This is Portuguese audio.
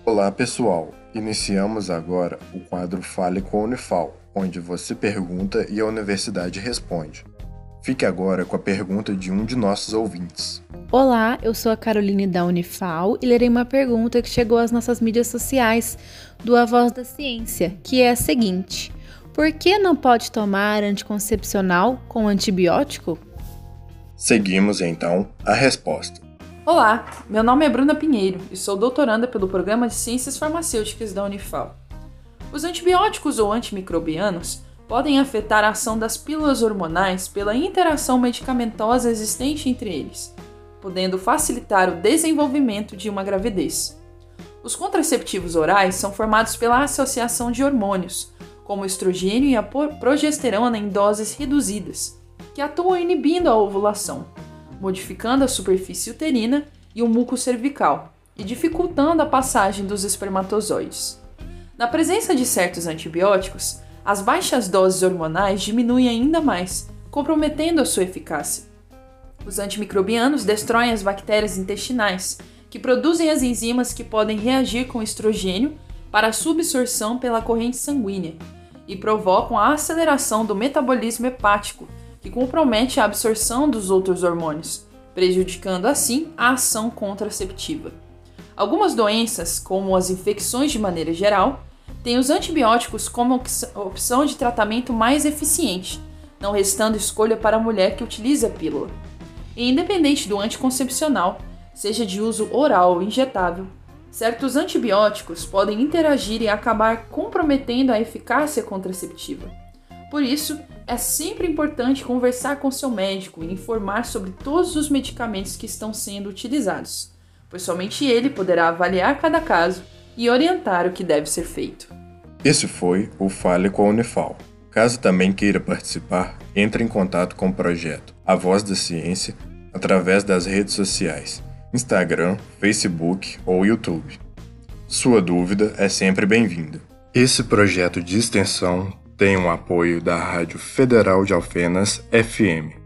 Olá pessoal, iniciamos agora o quadro Fale com a Unifal, onde você pergunta e a universidade responde. Fique agora com a pergunta de um de nossos ouvintes. Olá, eu sou a Caroline da Unifal e lerei uma pergunta que chegou às nossas mídias sociais do A Voz da Ciência, que é a seguinte: por que não pode tomar anticoncepcional com antibiótico? Seguimos então a resposta. Olá, meu nome é Bruna Pinheiro e sou doutoranda pelo Programa de Ciências Farmacêuticas da Unifal. Os antibióticos ou antimicrobianos podem afetar a ação das pílulas hormonais pela interação medicamentosa existente entre eles, podendo facilitar o desenvolvimento de uma gravidez. Os contraceptivos orais são formados pela associação de hormônios, como o estrogênio e a progesterona em doses reduzidas, que atuam inibindo a ovulação, modificando a superfície uterina e o muco cervical e dificultando a passagem dos espermatozoides. Na presença de certos antibióticos, as baixas doses hormonais diminuem ainda mais, comprometendo a sua eficácia. Os antimicrobianos destroem as bactérias intestinais, que produzem as enzimas que podem reagir com o estrogênio para a subsorção pela corrente sanguínea e provocam a aceleração do metabolismo hepático, que compromete a absorção dos outros hormônios, prejudicando assim a ação contraceptiva. Algumas doenças, como as infecções de maneira geral, têm os antibióticos como opção de tratamento mais eficiente, não restando escolha para a mulher que utiliza a pílula. E independente do anticoncepcional, seja de uso oral ou injetável, certos antibióticos podem interagir e acabar comprometendo a eficácia contraceptiva. Por isso, é sempre importante conversar com seu médico e informar sobre todos os medicamentos que estão sendo utilizados, pois somente ele poderá avaliar cada caso e orientar o que deve ser feito. Esse foi o Fale com a Unifal. Caso também queira participar, entre em contato com o projeto A Voz da Ciência através das redes sociais, Instagram, Facebook ou YouTube. Sua dúvida é sempre bem-vinda. Esse projeto de extensão tem o apoio da Rádio Federal de Alfenas FM.